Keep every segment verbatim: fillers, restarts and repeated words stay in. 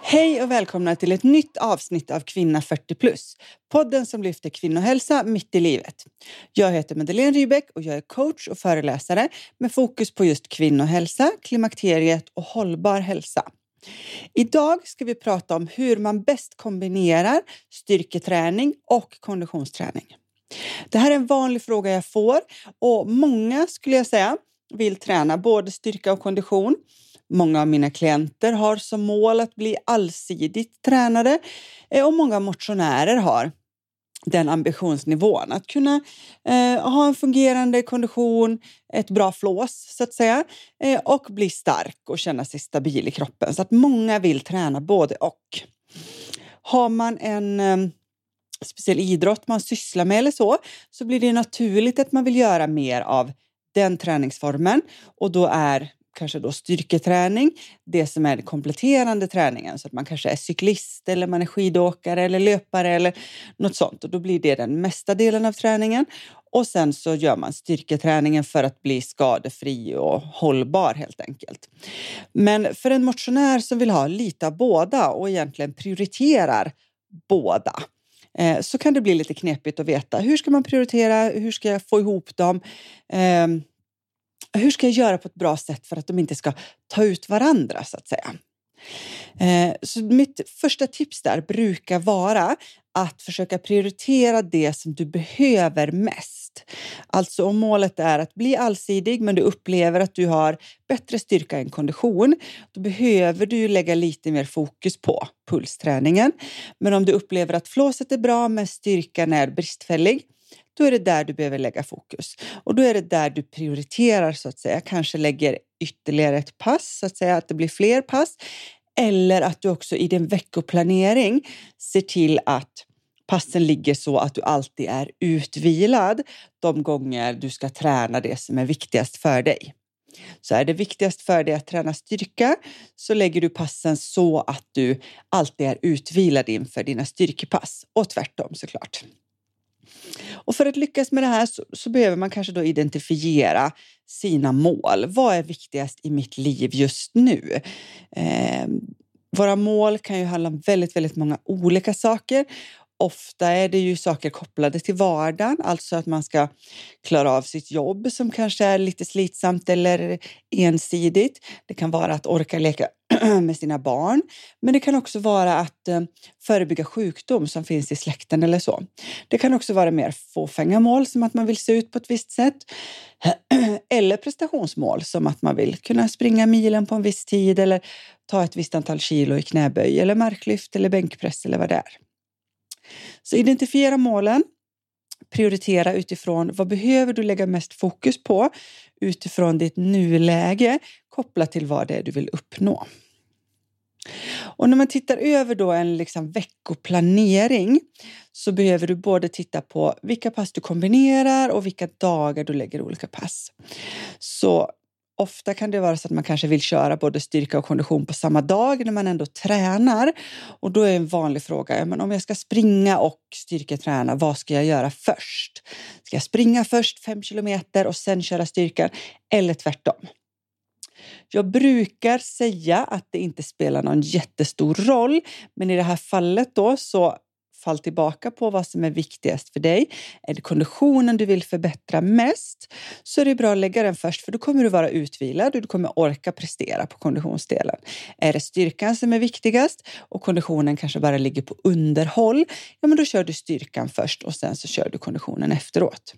Hej och välkomna till ett nytt avsnitt av Kvinna fyrtio plus. Podden som lyfter kvinnohälsa mitt i livet. Jag heter Madeleine Rybäck och jag är coach och föreläsare med fokus på just kvinnohälsa, klimakteriet och hållbar hälsa. Idag ska vi prata om hur man bäst kombinerar styrketräning och konditionsträning. Det här är en vanlig fråga jag får och många skulle jag säga vill träna både styrka och kondition. Många av mina klienter har som mål att bli allsidigt tränade och många motionärer har den ambitionsnivån att kunna eh, ha en fungerande kondition, ett bra flås så att säga eh, och bli stark och känna sig stabil i kroppen. Så att många vill träna både och. Har man en eh, speciell idrott man sysslar med eller så så blir det naturligt att man vill göra mer av den träningsformen och då är kanske då styrketräning, det som är den kompletterande träningen. Så att man kanske är cyklist eller man är skidåkare eller löpare eller något sånt. Och då blir det den mesta delen av träningen. Och sen så gör man styrketräningen för att bli skadefri och hållbar helt enkelt. Men för en motionär som vill ha lite av båda och egentligen prioriterar båda, så kan det bli lite knepigt att veta. Hur ska man prioritera? Hur ska jag få ihop dem? Hur ska jag göra på ett bra sätt för att de inte ska ta ut varandra så att säga. Eh, så mitt första tips där brukar vara att försöka prioritera det som du behöver mest. Alltså om målet är att bli allsidig men du upplever att du har bättre styrka än kondition, då behöver du lägga lite mer fokus på pulsträningen. Men om du upplever att flåset är bra men styrkan är bristfällig, då är det där du behöver lägga fokus. Och då är det där du prioriterar så att säga. Kanske lägger ytterligare ett pass så att säga, att det blir fler pass. Eller att du också i din veckoplanering ser till att passen ligger så att du alltid är utvilad de gånger du ska träna det som är viktigast för dig. Så är det viktigast för dig att träna styrka så lägger du passen så att du alltid är utvilad inför dina styrkepass. Och tvärtom såklart. Och för att lyckas med det här så, så behöver man kanske då identifiera sina mål. Vad är viktigast i mitt liv just nu? Eh, våra mål kan ju handla om väldigt, väldigt många olika saker. Ofta är det ju saker kopplade till vardagen. Alltså att man ska klara av sitt jobb som kanske är lite slitsamt eller ensidigt. Det kan vara att orka leka med sina barn. Men det kan också vara att eh, förebygga sjukdom som finns i släkten eller så. Det kan också vara mer fåfänga mål som att man vill se ut på ett visst sätt. Eller prestationsmål som att man vill kunna springa milen på en viss tid eller ta ett visst antal kilo i knäböj eller marklyft eller bänkpress eller vad det är. Så identifiera målen. Prioritera utifrån vad behöver du lägga mest fokus på utifrån ditt nuläge kopplat till vad det är du vill uppnå. Och när man tittar över då en liksom veckoplanering så behöver du både titta på vilka pass du kombinerar och vilka dagar du lägger olika pass. Så ofta kan det vara så att man kanske vill köra både styrka och kondition på samma dag när man ändå tränar. Och då är en vanlig fråga, men om jag ska springa och styrketräna, vad ska jag göra först? Ska jag springa först fem kilometer och sen köra styrka eller tvärtom? Jag brukar säga att det inte spelar någon jättestor roll, men i det här fallet då så fall tillbaka på vad som är viktigast för dig. Är det konditionen du vill förbättra mest så är det bra att lägga den först för då kommer du vara utvilad och du kommer orka prestera på konditionsdelen. Är det styrkan som är viktigast och konditionen kanske bara ligger på underhåll, ja men då kör du styrkan först och sen så kör du konditionen efteråt.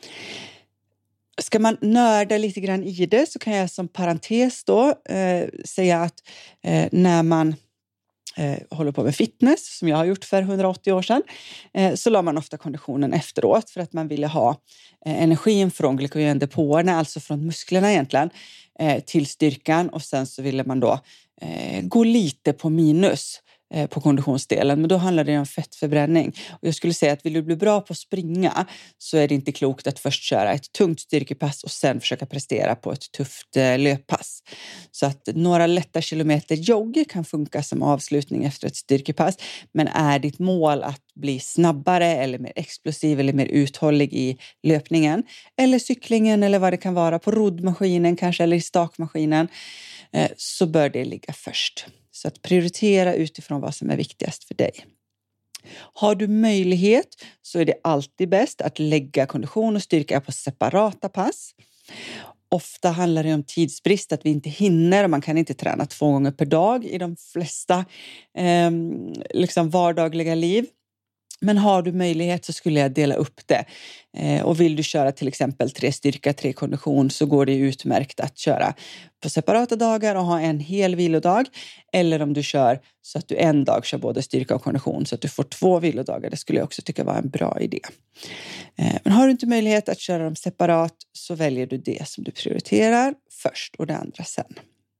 Ska man nörda lite grann i det så kan jag som parentes då eh, säga att eh, när man eh, håller på med fitness som jag har gjort för hundraåttio år sedan eh, så la man ofta konditionen efteråt för att man ville ha eh, energin från glykogendepåerna, alltså från musklerna egentligen, eh, till styrkan och sen så ville man då eh, gå lite på minus på konditionsdelen, men då handlar det om fettförbränning. Och jag skulle säga att vill du bli bra på att springa så är det inte klokt att först köra ett tungt styrkepass och sen försöka prestera på ett tufft löppass. Så att några lätta kilometer jogg kan funka som avslutning efter ett styrkepass, men är ditt mål att bli snabbare eller mer explosiv eller mer uthållig i löpningen eller cyklingen eller vad det kan vara på roddmaskinen kanske eller i stakmaskinen, så bör det ligga först. Så att prioritera utifrån vad som är viktigast för dig. Har du möjlighet så är det alltid bäst att lägga kondition och styrka på separata pass. Ofta handlar det om tidsbrist, att vi inte hinner och man kan inte träna två gånger per dag i de flesta eh, liksom vardagliga liv. Men har du möjlighet så skulle jag dela upp det. Eh, och vill du köra till exempel tre styrka, tre kondition så går det utmärkt att köra på separata dagar och ha en hel vilodag. Eller om du kör så att du en dag kör både styrka och kondition så att du får två vilodagar. Det skulle jag också tycka var en bra idé. Eh, men har du inte möjlighet att köra dem separat så väljer du det som du prioriterar först och det andra sen.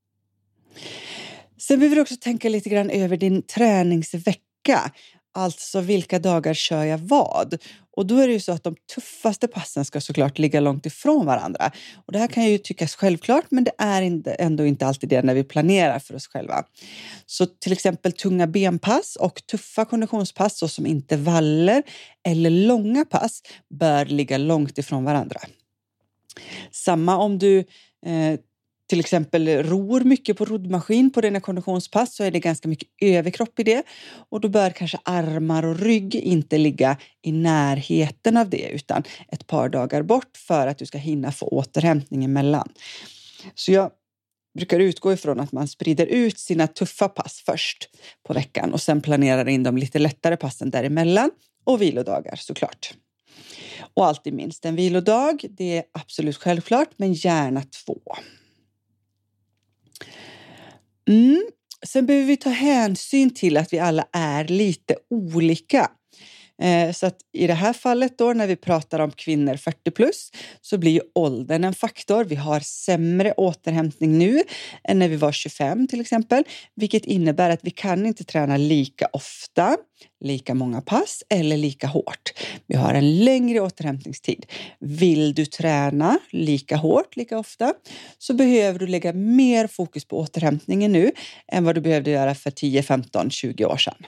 Sen behöver du också tänka lite grann över din träningsvecka. Alltså vilka dagar kör jag vad? Och då är det ju så att de tuffaste passen ska såklart ligga långt ifrån varandra. Och det här kan ju tyckas självklart men det är ändå inte alltid det när vi planerar för oss själva. Så till exempel tunga benpass och tuffa konditionspass såsom intervaller eller långa pass bör ligga långt ifrån varandra. Samma om du eh, till exempel ror mycket på roddmaskin på dina konditionspass så är det ganska mycket överkropp i det. Och då bör kanske armar och rygg inte ligga i närheten av det utan ett par dagar bort för att du ska hinna få återhämtning emellan. Så jag brukar utgå ifrån att man sprider ut sina tuffa pass först på veckan och sen planerar in de lite lättare passen däremellan och vilodagar såklart. Och alltid minst en vilodag, det är absolut självklart men gärna två. Mm. Sen behöver vi ta hänsyn till att vi alla är lite olika. Eh, så att i det här fallet då när vi pratar om kvinnor fyrtio plus så blir ju åldern en faktor. Vi har sämre återhämtning nu än när vi var tjugofem till exempel. Vilket innebär att vi kan inte träna lika ofta, lika många pass eller lika hårt. Vi har en längre återhämtningstid. Vill du träna lika hårt, lika ofta så behöver du lägga mer fokus på återhämtningen nu än vad du behövde göra för tio, femton, tjugo år sedan.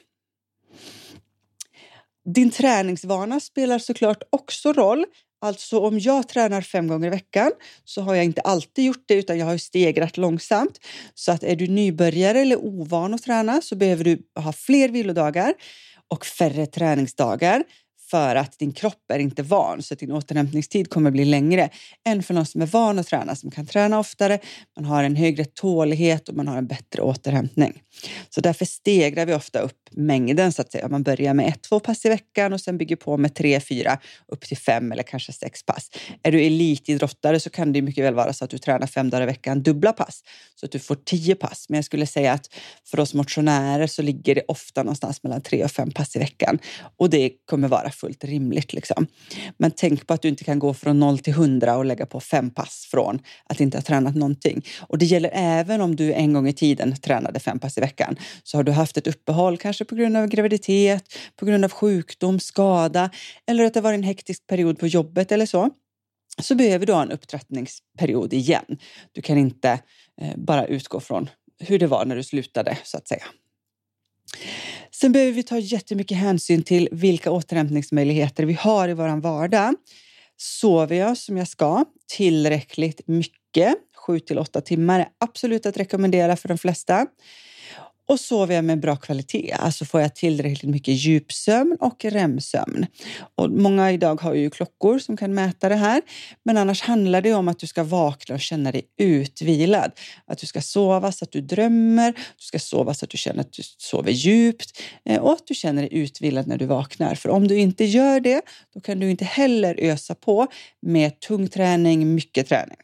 Din träningsvana spelar såklart också roll. Alltså om jag tränar fem gånger i veckan så har jag inte alltid gjort det utan jag har stegrat långsamt. Så att är du nybörjare eller ovan att träna så behöver du ha fler vilodagar och färre träningsdagar. För att din kropp är inte van så att din återhämtningstid kommer bli längre än för någon som är van att träna. Som kan träna oftare, man har en högre tålighet och man har en bättre återhämtning. Så därför stegrar vi ofta upp mängden så att säga. Man börjar med ett, två pass i veckan och sen bygger på med tre, fyra upp till fem eller kanske sex pass. Är du elitidrottare så kan det mycket väl vara så att du tränar fem dagar i veckan dubbla pass. Så att du får tio pass. Men jag skulle säga att för oss motionärer så ligger det ofta någonstans mellan tre och fem pass i veckan. Och det kommer vara fullt rimligt liksom. Men tänk på att du inte kan gå från noll till hundra och lägga på fem pass från att inte ha tränat någonting. Och det gäller även om du en gång i tiden tränade fem pass i veckan. Så har du haft ett uppehåll kanske på grund av graviditet, på grund av sjukdom, skada eller att det var en hektisk period på jobbet eller så. Så behöver du ha en upptrappningsperiod igen. Du kan inte eh, bara utgå från hur det var när du slutade så att säga. Sen behöver vi ta jättemycket hänsyn till vilka återhämtningsmöjligheter vi har i våran vardag. Sover jag som jag ska tillräckligt mycket, sju till åtta timmar är absolut att rekommendera för de flesta. Och sover jag med bra kvalitet, alltså får jag tillräckligt mycket djupsömn och R E M-sömn. Och många idag har ju klockor som kan mäta det här. Men annars handlar det om att du ska vakna och känna dig utvilad. Att du ska sova så att du drömmer, du ska sova så att du känner att du sover djupt. Och att du känner dig utvilad när du vaknar. För om du inte gör det, då kan du inte heller ösa på med tung träning, mycket träning.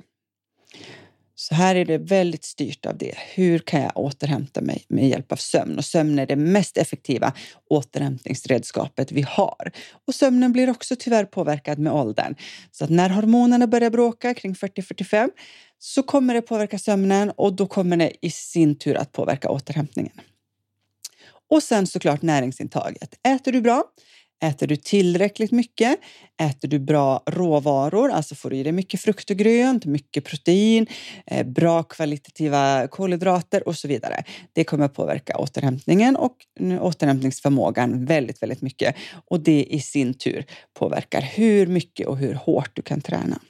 Så här är det väldigt styrt av det. Hur kan jag återhämta mig med hjälp av sömn? Och sömn är det mest effektiva återhämtningsredskapet vi har. Och sömnen blir också tyvärr påverkad med åldern. Så att när hormonerna börjar bråka kring fyrtio till fyrtiofem så kommer det påverka sömnen och då kommer det i sin tur att påverka återhämtningen. Och sen såklart näringsintaget. Äter du bra? Äter du tillräckligt mycket? Äter du bra råvaror? Alltså får du i dig mycket frukt och grönt, mycket protein, eh, bra kvalitativa kolhydrater och så vidare. Det kommer att påverka återhämtningen och återhämtningsförmågan väldigt, väldigt mycket. Och det i sin tur påverkar hur mycket och hur hårt du kan träna.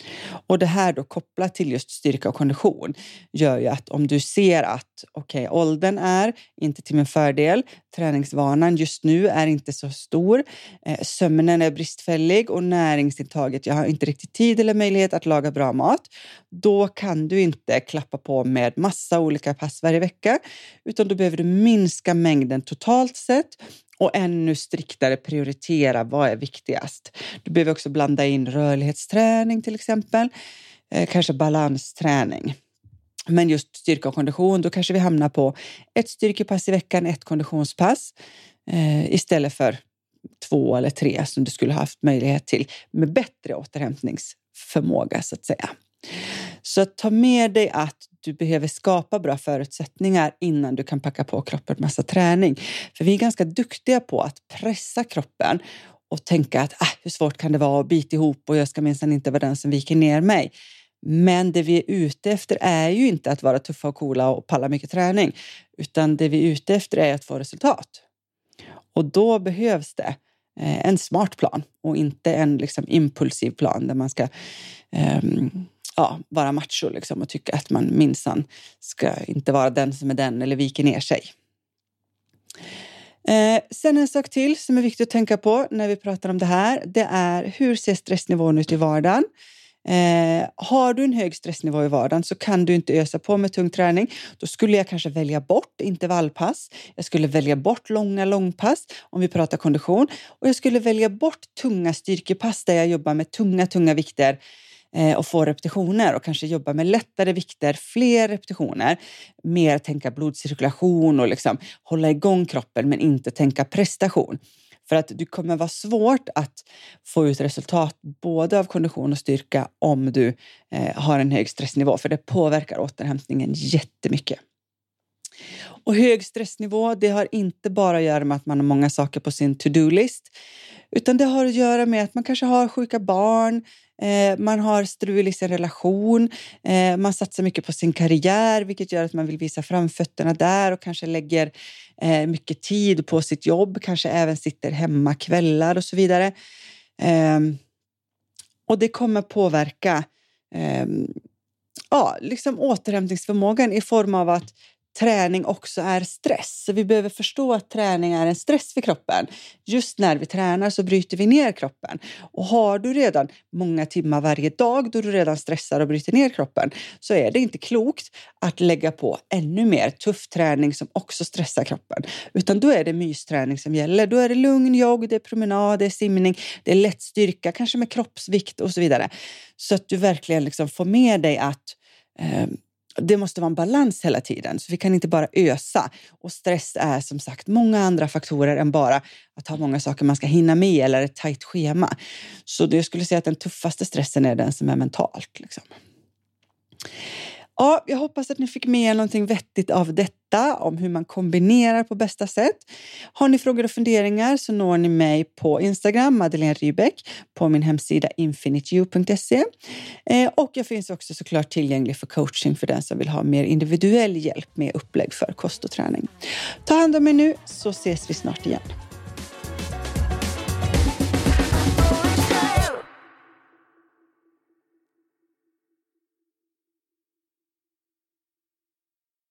Och det här då kopplat till just styrka och kondition gör ju att om du ser att okej, okay, åldern är inte till min fördel, träningsvanan just nu är inte så stor, eh, sömnen är bristfällig och näringsintaget, jag har inte riktigt tid eller möjlighet att laga bra mat, då kan du inte klappa på med massa olika pass varje vecka, utan då behöver du minska mängden totalt sett och ännu striktare prioritera vad är viktigast. Du behöver också blanda in rörlighetsträning till exempel. Eh, kanske balansträning. Men just styrka och kondition, då kanske vi hamnar på ett styrkepass i veckan, ett konditionspass. Eh, istället för två eller tre som du skulle ha haft möjlighet till med bättre återhämtningsförmåga så att säga. Så ta med dig att du behöver skapa bra förutsättningar innan du kan packa på kroppen massa träning. För vi är ganska duktiga på att pressa kroppen och tänka att äh, hur svårt kan det vara att bita ihop och jag ska minsann inte vara den som viker ner mig. Men det vi är ute efter är ju inte att vara tuffa och coola och palla mycket träning, utan det vi är ute efter är att få resultat. Och då behövs det eh, en smart plan och inte en liksom, impulsiv plan där man ska eh, ja, vara macho liksom, och tycka att man minsann ska inte vara den som är den eller viker ner sig. Eh, sen en sak till som är viktigt att tänka på när vi pratar om det här, det är hur ser stressnivån ut i vardagen? Eh, har du en hög stressnivå i vardagen så kan du inte ösa på med tung träning. Då skulle jag kanske välja bort intervallpass. Jag skulle välja bort långa långpass om vi pratar kondition. Och jag skulle välja bort tunga styrkepass där jag jobbar med tunga, tunga vikter eh, och få repetitioner. Och kanske jobba med lättare vikter, fler repetitioner. Mer tänka blodcirkulation och liksom hålla igång kroppen men inte tänka prestation. För att det kommer vara svårt att få ut resultat både av kondition och styrka om du eh, har en hög stressnivå. För det påverkar återhämtningen jättemycket. Och hög stressnivå, det har inte bara att göra med att man har många saker på sin to-do-list. Utan det har att göra med att man kanske har sjuka barn, eh, man har strul i sin relation, eh, man satsar mycket på sin karriär vilket gör att man vill visa framfötterna där och kanske lägger eh, mycket tid på sitt jobb, kanske även sitter hemma kvällar och så vidare. Eh, och det kommer påverka eh, ja, liksom återhämtningsförmågan i form av att träning också är stress. Så vi behöver förstå att träning är en stress för kroppen. Just när vi tränar så bryter vi ner kroppen. Och har du redan många timmar varje dag då du redan stressar och bryter ner kroppen så är det inte klokt att lägga på ännu mer tuff träning som också stressar kroppen. Utan då är det mysträning som gäller. Då är det lugn jogg, det är promenad, det är simning, det är lätt styrka, kanske med kroppsvikt och så vidare. Så att du verkligen liksom får med dig att eh, det måste vara en balans hela tiden, så vi kan inte bara ösa. Och stress är som sagt många andra faktorer än bara att ha många saker man ska hinna med eller ett tajt schema. Så det skulle säga att den tuffaste stressen är den som är mentalt. Liksom. Ja, jag hoppas att ni fick med någonting vettigt av detta om hur man kombinerar på bästa sätt. Har ni frågor och funderingar så når ni mig på Instagram, Madeleine Rybäck, på min hemsida infinite you punkt se. Eh, och jag finns också såklart tillgänglig för coaching för den som vill ha mer individuell hjälp med upplägg för kost och träning. Ta hand om er nu så ses vi snart igen.